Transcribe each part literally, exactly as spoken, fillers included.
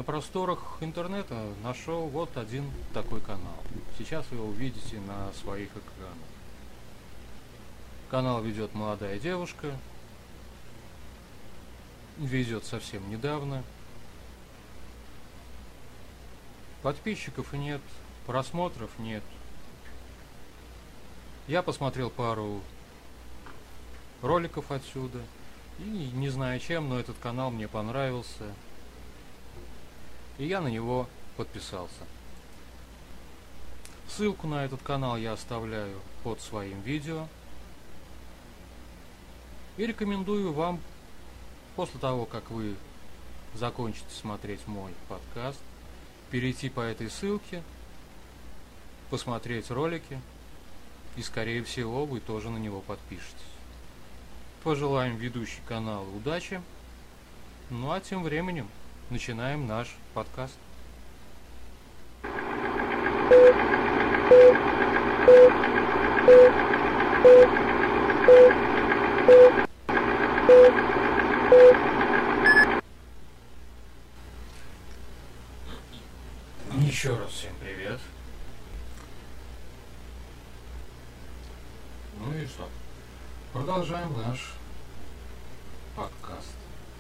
просторах интернета нашел вот один такой канал. Сейчас вы его увидите на своих экранах. Канал ведет молодая девушка, ведет совсем недавно. Подписчиков нет, просмотров нет. Я посмотрел пару роликов отсюда, и не знаю чем, но этот канал мне понравился, и я на него подписался. Ссылку на этот канал я оставляю под своим видео. И рекомендую вам, после того, как вы закончите смотреть мой подкаст, перейти по этой ссылке, посмотреть ролики, и, скорее всего, вы тоже на него подпишетесь. Пожелаем ведущей канала удачи. Ну а тем временем начинаем наш подкаст. Еще раз всем привет. Ну и что? Продолжаем наш подкаст.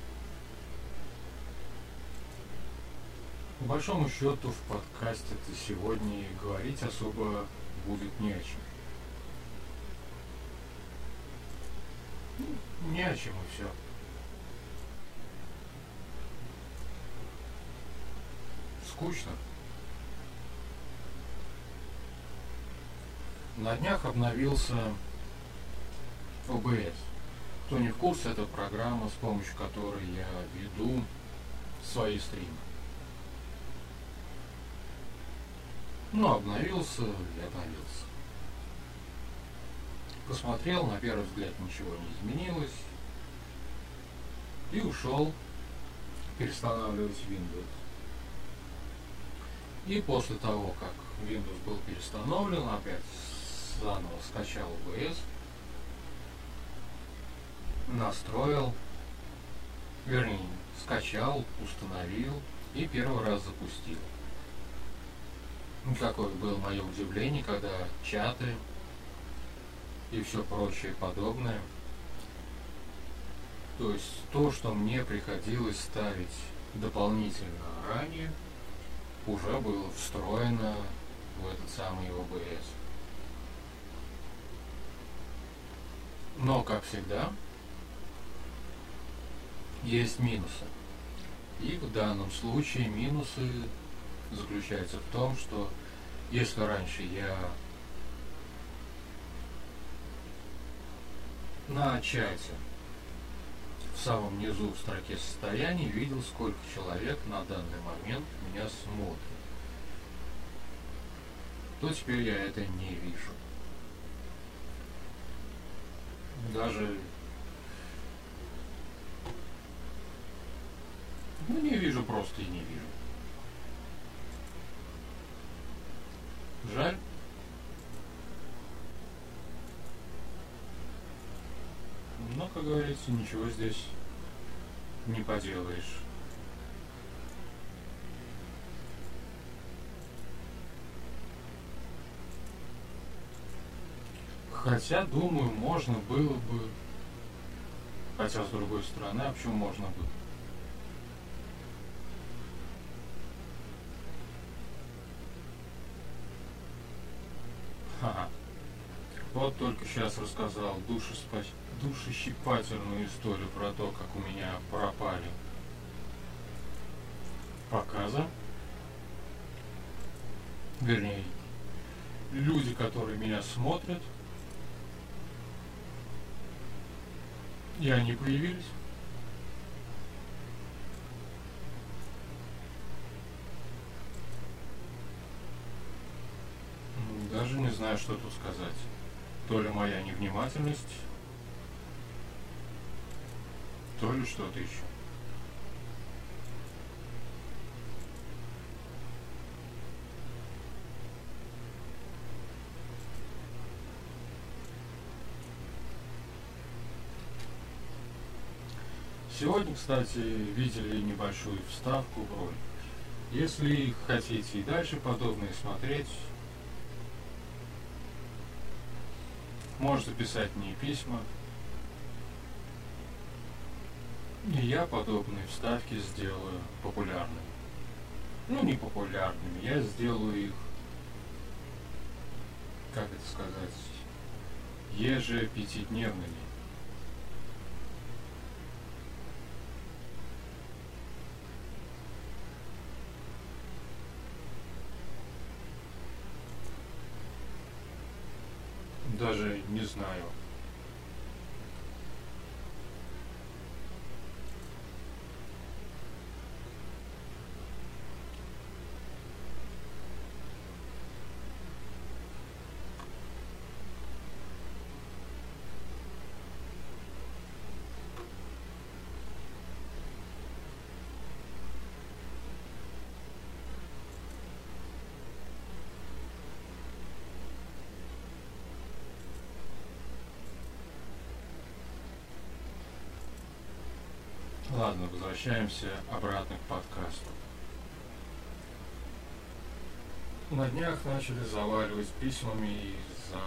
По большому счету в подкасте-то сегодня говорить особо будет не о чем. Ну, не о чем и все. Скучно. На днях обновился о бэ эс. Кто не в курсе, это программа, с помощью которой я веду свои стримы. Ну, обновился и обновился. Посмотрел, на первый взгляд ничего не изменилось. И ушел перестанавливать Windows. И после того, как Windows был перестановлен, опять заново скачал о бэ эс, настроил, вернее, скачал, установил и первый раз запустил. Какое было мое удивление, когда чаты и все прочее подобное, то есть то, что мне приходилось ставить дополнительно ранее, уже было встроено в этот самый о бэ эс. Но, как всегда, есть минусы. И в данном случае минусы заключаются в том, что если раньше я на чате в самом низу в строке состояний видел, сколько человек на данный момент меня смотрит, то теперь я это не вижу. Даже ну не вижу, просто и не вижу. Жаль. Но, как говорится, ничего здесь не поделаешь. Хотя, думаю, можно было бы, хотя с другой стороны, а почему можно было? Ха-ха. Вот только сейчас рассказал душеспа... душещипательную историю про то, как у меня пропали показы. Вернее, люди, которые меня смотрят, и они появились. Даже не знаю, что тут сказать. То ли моя невнимательность, то ли что-то еще. Сегодня, кстати, видели небольшую вставку в ролик. Если хотите и дальше подобные смотреть, можете писать мне письма, и я подобные вставки сделаю популярными. Ну, не популярными, я сделаю их, как это сказать, ежепятидневными. Даже не знаю. Ладно, возвращаемся обратно к подкасту. На днях начали заваливать письмами из-за,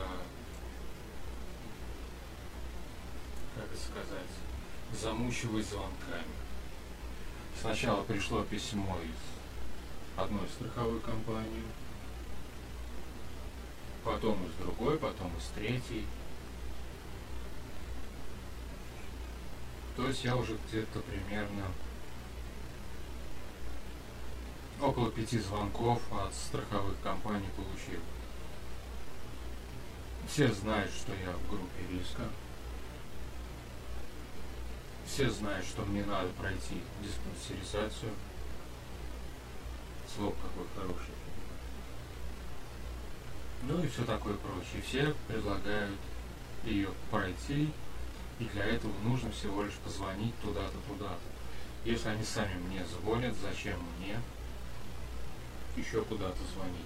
как это сказать, замучивать звонками. Сначала пришло письмо из одной страховой компании, потом из другой, потом из третьей. То есть я уже где-то примерно около пяти звонков от страховых компаний получил. Все знают, что я в группе риска. Все знают, что мне надо пройти диспансеризацию. Слог какой хороший. Ну и все такое прочее. Все предлагают ее пройти. И для этого нужно всего лишь позвонить туда-то, туда-то. Если они сами мне звонят, зачем мне еще куда-то звонить?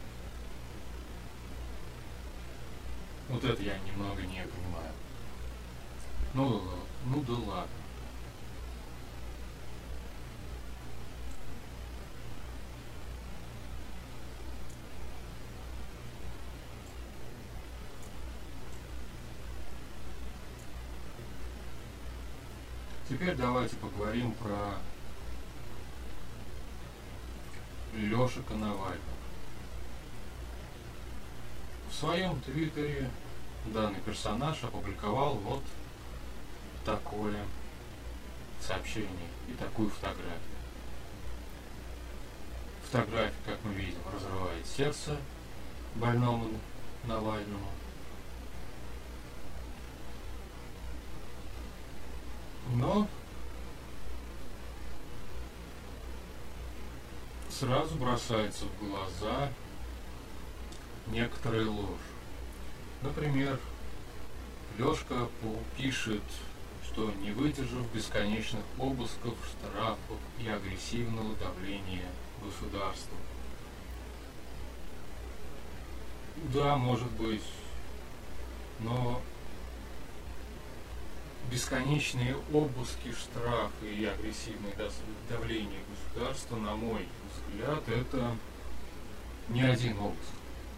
Вот это я немного не понимаю. Ну, ну да ладно. Теперь давайте поговорим про Лешу Коновального. В своем твиттере данный персонаж опубликовал вот такое сообщение и такую фотографию. Фотография, как мы видим, разрывает сердце больному Навальному. Но сразу бросается в глаза некоторая ложь. Например, Лешка пишет, что не выдержав бесконечных обысков, штрафов и агрессивного давления государства. Да, может быть, но бесконечные обыски, штрафы и агрессивное давление государства, на мой взгляд, это не один обыск.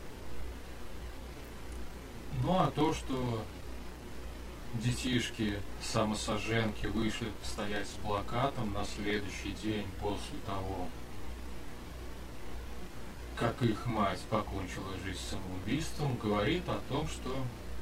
Ну а то, что детишки самосожженки вышли стоять с плакатом на следующий день после того, как их мать покончила жизнь самоубийством, говорит о том, что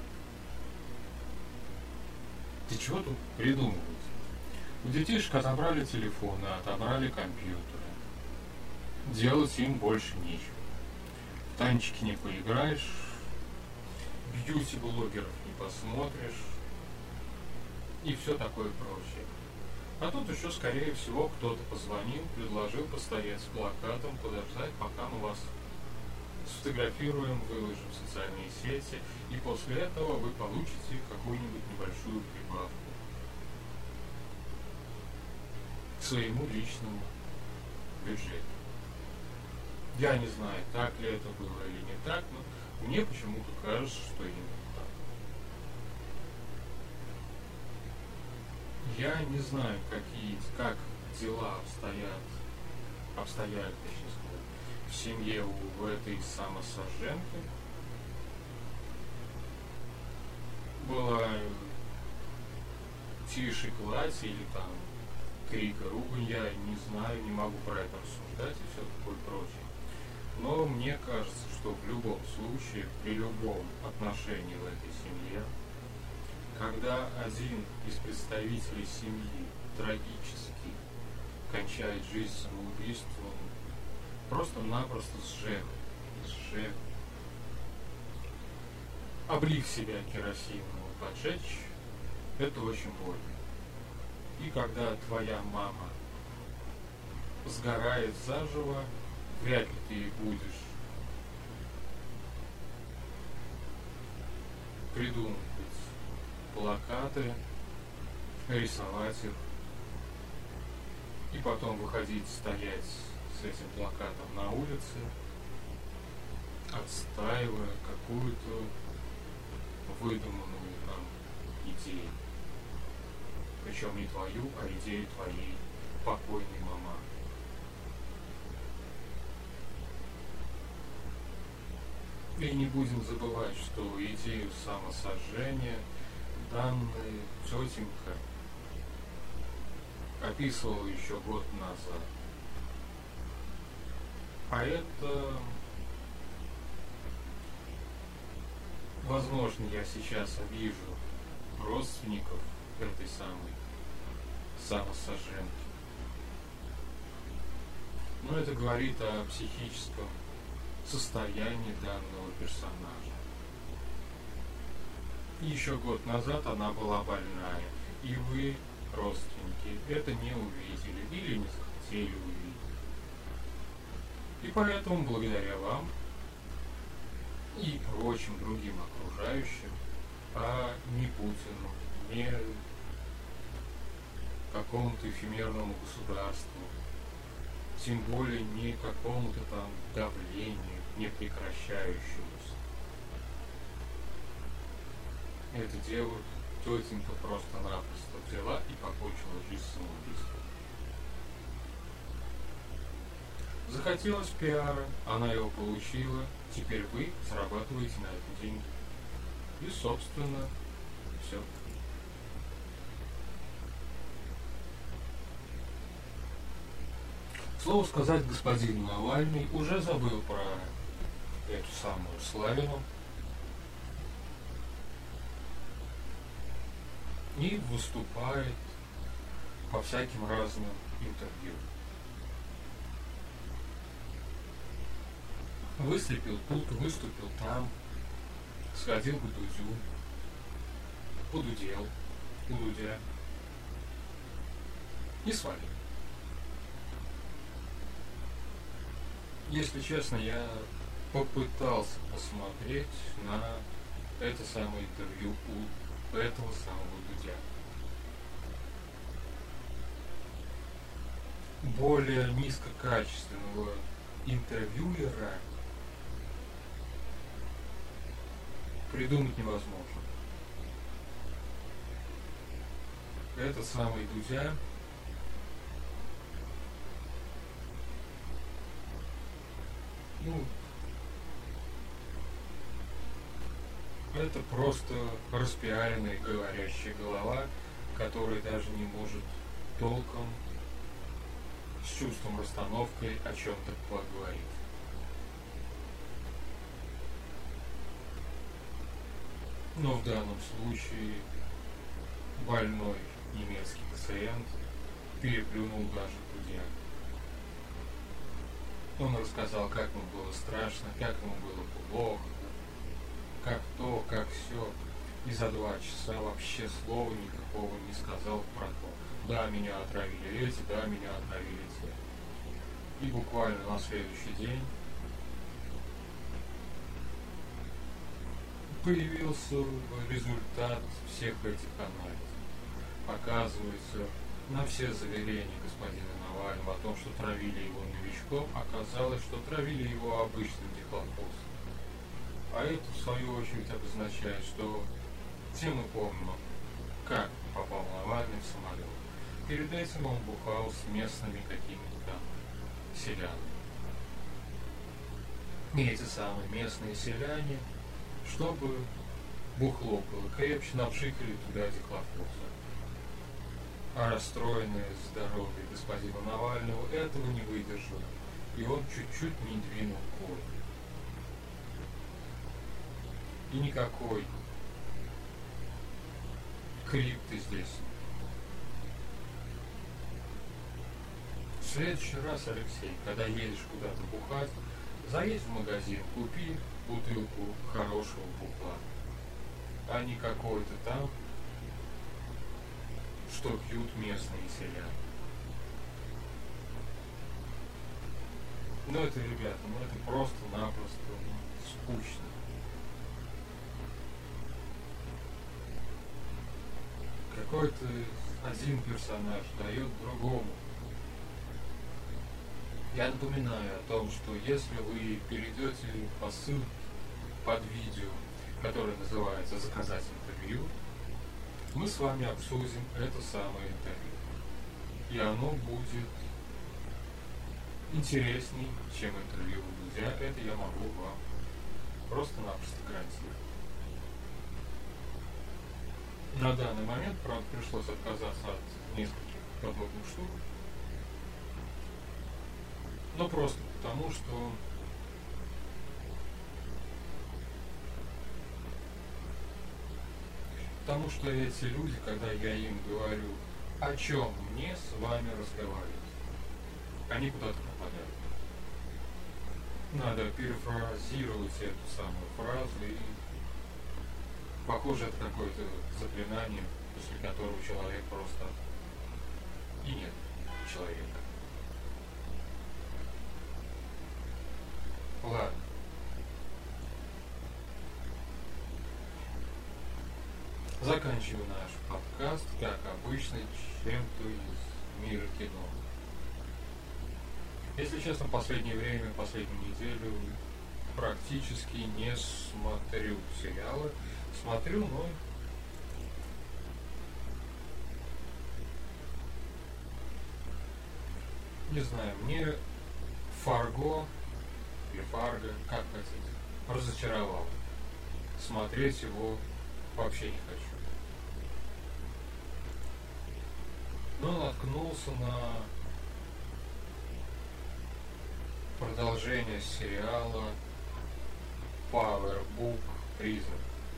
ты чего тут придумываете? У детишек отобрали телефоны, отобрали компьютеры. Делать им больше нечего. В танчики не поиграешь, бьюти-блогеров не посмотришь и все такое прочее. А тут еще, скорее всего, кто-то позвонил, предложил постоять с плакатом, подождать, пока мы вас сфотографируем, выложим в социальные сети, и после этого вы получите какую-нибудь небольшую прибавку к своему личному бюджету. Я не знаю, так ли это было или не так, но мне почему-то кажется, что именно так. Я не знаю, какие, как дела обстоят обстояли, точнее сказать, в семье у этой самосожженки. Была тише кладь или там крик и ругань, я не знаю, не могу про это рассуждать и все такое прочее. Но мне кажется, что в любом случае, при любом отношении в этой семье, когда один из представителей семьи трагически кончает жизнь самоубийством, просто-напросто сжег, сжег, облив себя керосином и поджечь, это очень больно. И когда твоя мама сгорает заживо, вряд ли ты будешь придумывать плакаты, рисовать их, и потом выходить стоять с этим плакатом на улице, отстаивая какую-то выдуманную там идею. Причем не твою, а идею твоей покойной мамы. И не будем забывать, что идею самосожжения данная тетенька описывала еще год назад. А это, возможно, я сейчас обижу родственников этой самой самосожженки. Но это говорит о психическом состоянии данного персонажа. Еще год назад она была больная, и вы, родственники, это не увидели или не захотели увидеть. И поэтому, благодаря вам и прочим другим окружающим, а не Путину, не какому-то эфемерному государству, тем более не какому-то там давлению, не прекращающемуся. Это делают тетенька просто-напросто взяла и покончила жизнь самоубийством. Захотелось пиара, она его получила, теперь вы зарабатываете на это деньги. И, собственно, все. Слово сказать, господин Навальный уже забыл про эту самую Славину и выступает по всяким разным интервью. Выступил тут, выступил там, сходил к Дудю, подудел, у Дудя и свалил. Если честно, я попытался посмотреть на это самое интервью у этого самого Дудя. Более низкокачественного интервьюера придумать невозможно. Этот самый Дудя ну, это просто распиаренная говорящая голова, которая даже не может толком с чувством расстановкой о чем-то поговорить. Но в данном случае больной немецкий пациент переплюнул даже Дудя. Он рассказал, как ему было страшно, как ему было плохо, как то, как все. И за два часа вообще слова никакого не сказал про то. Да, меня отравили эти, да, меня отравили те. И буквально на следующий день появился результат всех этих анализов. Оказывается, на все заверения господина Навального о том, что травили его новичком, оказалось, что травили его обычным дихлофосом. А это, в свою очередь, обозначает, что все мы помним, как попал Навальный в самолет. Перед этим он бухал с местными какими-то там селян. И эти самые местные селяне, чтобы бухло было крепче, напшикали туда дихлофоса. А расстроенное здоровье господина Навального этого не выдержало, и он чуть-чуть не двинул кровь. И никакой крипты здесь. В следующий раз, Алексей, когда едешь куда-то бухать, заедь в магазин, купи бутылку хорошего бухла, а не какой-то там, что пьют местные селяне. Ну это, ребята, ну это просто-напросто скучно. Какой-то один персонаж дает другому. Я напоминаю о том, что если вы перейдете по ссылке под видео, которое называется «Заказать интервью», мы с вами обсудим это самое интервью. И оно будет интересней, чем интервью у Дудя. Это я могу вам просто-напросто гарантировать. На данный момент, правда, пришлось отказаться от нескольких подобных штук. Но просто потому, что потому что эти люди, когда я им говорю, о чем мне с вами разговаривать, они куда-то попадают. Надо перефразировать эту самую фразу, и похоже, это какое-то заклинание, после которого человек просто и нет человека. Ладно. Заканчиваю наш подкаст, как обычно, чем-то из мира кино. Если честно, в последнее время, последнюю неделю практически не смотрю сериалы. Смотрю, но не знаю, мне Фарго или Фарго, как хотите, разочаровал. Смотреть его вообще не хочу. Но наткнулся на продолжение сериала Power Book Prison.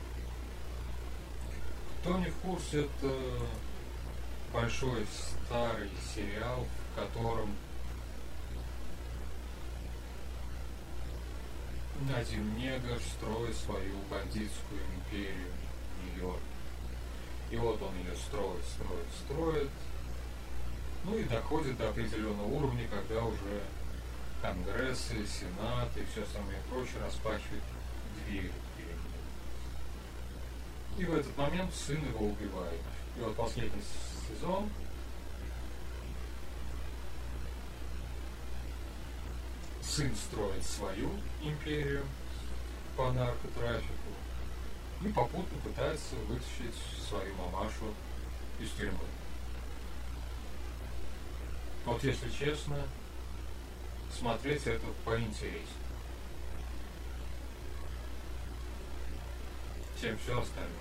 Кто не в курсе, это большой старый сериал, в котором один негр строит свою бандитскую империю в Нью-Йорке. И вот он ее строит, строит, строит. Ну и доходит до определенного уровня, когда уже Конгрессы, Сенат и все самое прочее распахивают двери перед ним. И в этот момент сын его убивает. И вот последний сезон сын строит свою империю по наркотрафику и попутно пытается вытащить свою мамашу из тюрьмы. Вот если честно, смотреть это поинтереснее, чем все остальное.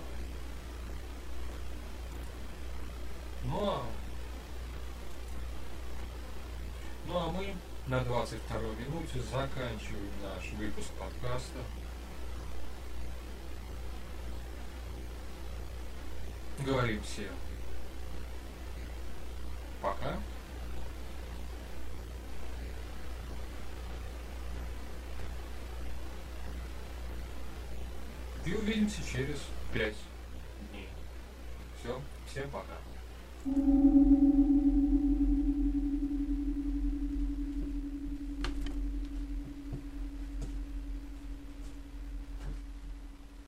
Ну а, ну а мы на двадцать второй минуте заканчиваем наш выпуск подкаста. Говорим всем пока. И увидимся через пять дней. Все, всем пока.